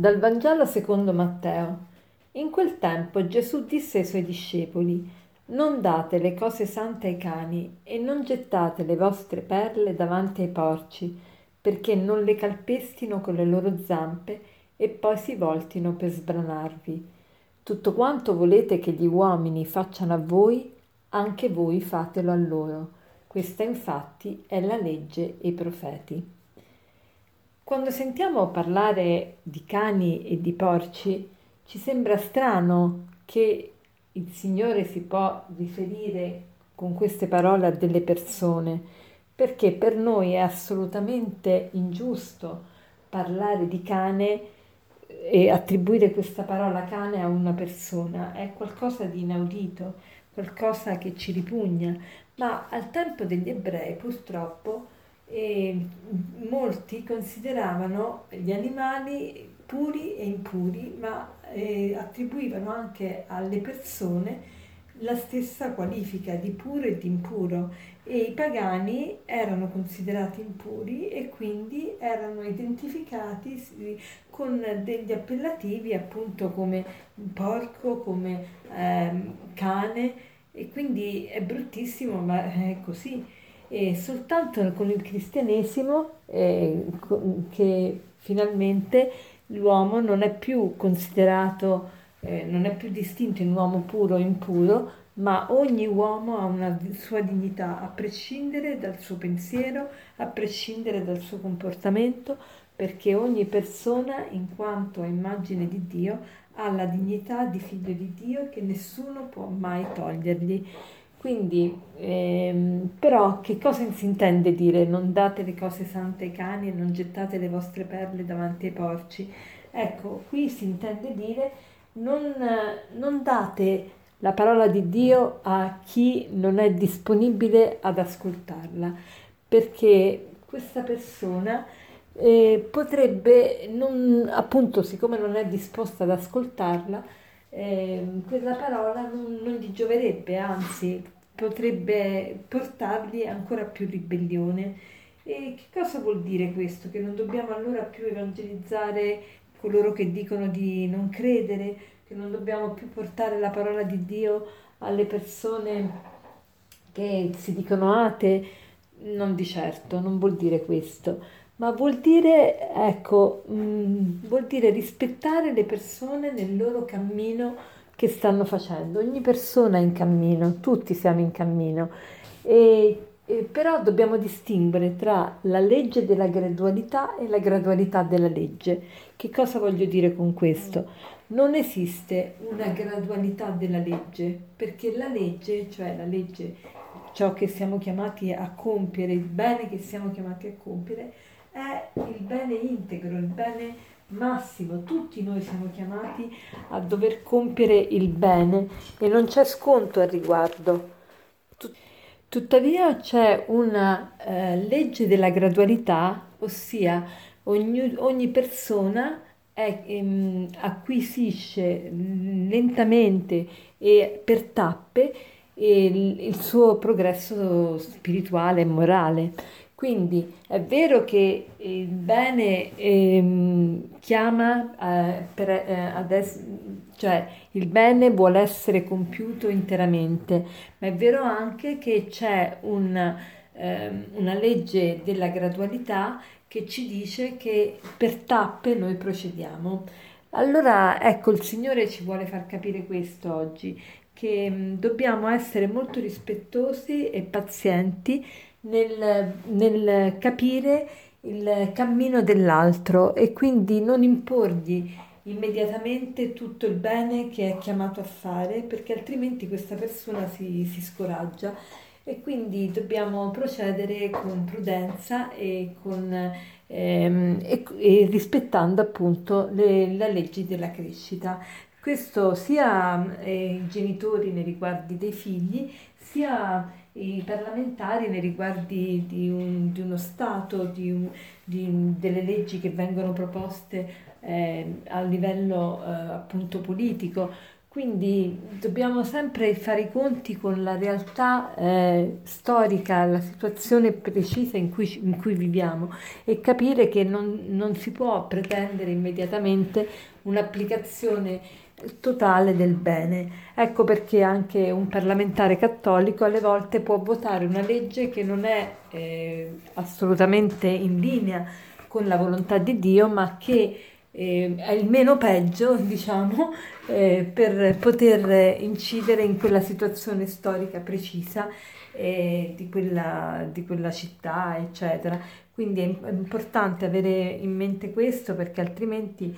Dal Vangelo secondo Matteo. In quel tempo Gesù disse ai suoi discepoli: Non date le cose sante ai cani e non gettate le vostre perle davanti ai porci, perché non le calpestino con le loro zampe e poi si voltino per sbranarvi. Tutto quanto volete che gli uomini facciano a voi, anche voi fatelo a loro. Questa infatti è la legge e i profeti. Quando sentiamo parlare di cani e di porci, ci sembra strano che il Signore si può riferire con queste parole a delle persone, perché per noi è assolutamente ingiusto parlare di cane e attribuire questa parola cane a una persona. È qualcosa di inaudito, qualcosa che ci ripugna, ma al tempo degli ebrei purtroppo e molti consideravano gli animali puri e impuri, ma attribuivano anche alle persone la stessa qualifica di puro e di impuro, e i pagani erano considerati impuri e quindi erano identificati con degli appellativi appunto come porco, come cane, e quindi è bruttissimo, ma è così. E soltanto con il cristianesimo che finalmente l'uomo non è più considerato, non è più distinto in uomo puro o impuro, ma ogni uomo ha una sua dignità, a prescindere dal suo pensiero, a prescindere dal suo comportamento, perché ogni persona, in quanto a immagine di Dio, ha la dignità di figlio di Dio che nessuno può mai togliergli. Quindi, però, che cosa si intende dire non date le cose sante ai cani e non gettate le vostre perle davanti ai porci? Ecco, qui si intende dire non date la parola di Dio a chi non è disponibile ad ascoltarla, perché questa persona potrebbe, non, appunto, siccome non è disposta ad ascoltarla, quella parola non gli gioverebbe, anzi potrebbe portargli ancora più ribellione. E che cosa vuol dire questo? Che non dobbiamo allora più evangelizzare coloro che dicono di non credere, che non dobbiamo più portare la parola di Dio alle persone che si dicono atee? Non di certo, non vuol dire questo, ma vuol dire, ecco, vuol dire rispettare le persone nel loro cammino che stanno facendo. Ogni persona è in cammino, tutti siamo in cammino, però dobbiamo distinguere tra la legge della gradualità e la gradualità della legge. Che cosa voglio dire con questo? Non esiste una gradualità della legge, perché la legge, cioè la legge, ciò che siamo chiamati a compiere, il bene che siamo chiamati a compiere, è il bene integro, il bene massimo. Tutti noi siamo chiamati a dover compiere il bene e non c'è sconto al riguardo. Tuttavia c'è una legge della gradualità, ossia ogni persona acquisisce lentamente e per tappe il suo progresso spirituale e morale. Quindi è vero che il bene chiama adesso, cioè il bene vuole essere compiuto interamente, ma è vero anche che c'è una legge della gradualità che ci dice che per tappe noi procediamo. Allora, ecco, il Signore ci vuole far capire questo oggi, che dobbiamo essere molto rispettosi e pazienti nel capire il cammino dell'altro e quindi non imporgli immediatamente tutto il bene che è chiamato a fare, perché altrimenti questa persona si scoraggia, e quindi dobbiamo procedere con prudenza e rispettando appunto le leggi della crescita. Questo sia i genitori nei riguardi dei figli, sia i parlamentari nei riguardi di uno Stato, delle leggi che vengono proposte a livello appunto politico. Quindi dobbiamo sempre fare i conti con la realtà storica, la situazione precisa in cui viviamo e capire che non si può pretendere immediatamente un'applicazione totale del bene. Ecco perché anche un parlamentare cattolico alle volte può votare una legge che non è assolutamente in linea con la volontà di Dio, ma che è il meno peggio, diciamo, per poter incidere in quella situazione storica precisa di quella città, eccetera. Quindi è importante avere in mente questo perché altrimenti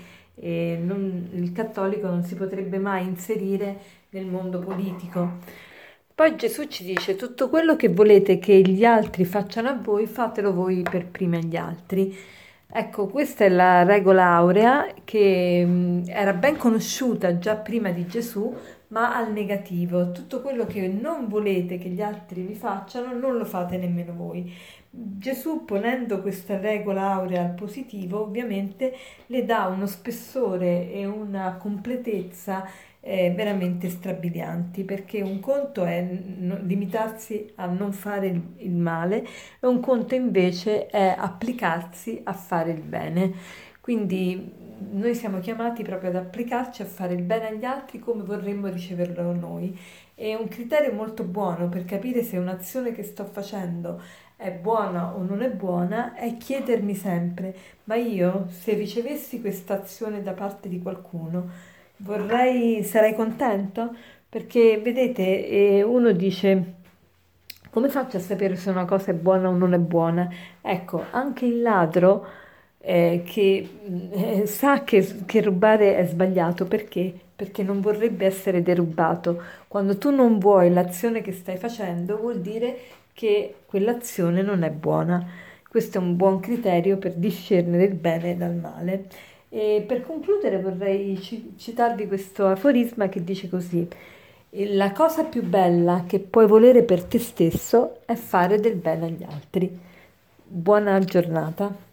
il cattolico non si potrebbe mai inserire nel mondo politico. Poi Gesù ci dice: tutto quello che volete che gli altri facciano a voi, fatelo voi per primi agli altri. Ecco, questa è la regola aurea che era ben conosciuta già prima di Gesù, ma al negativo. Tutto quello che non volete che gli altri vi facciano, non lo fate nemmeno voi. Gesù, ponendo questa regola aurea al positivo, ovviamente le dà uno spessore e una completezza veramente strabilianti, perché un conto è limitarsi a non fare il male e un conto invece è applicarsi a fare il bene. Quindi noi siamo chiamati proprio ad applicarci a fare il bene agli altri come vorremmo riceverlo noi. È un criterio molto buono per capire se un'azione che sto facendo è buona o non è buona, è chiedermi sempre: ma io se ricevessi questa azione da parte di qualcuno, sarei contento? Perché vedete, uno dice: come faccio a sapere se una cosa è buona o non è buona? Ecco, anche il ladro che sa che rubare è sbagliato, perché? Perché non vorrebbe essere derubato. Quando tu non vuoi l'azione che stai facendo, vuol dire che quell'azione non è buona. Questo è un buon criterio per discernere il bene dal male. E per concludere vorrei citarvi questo aforisma che dice così: la cosa più bella che puoi volere per te stesso è fare del bene agli altri. Buona giornata.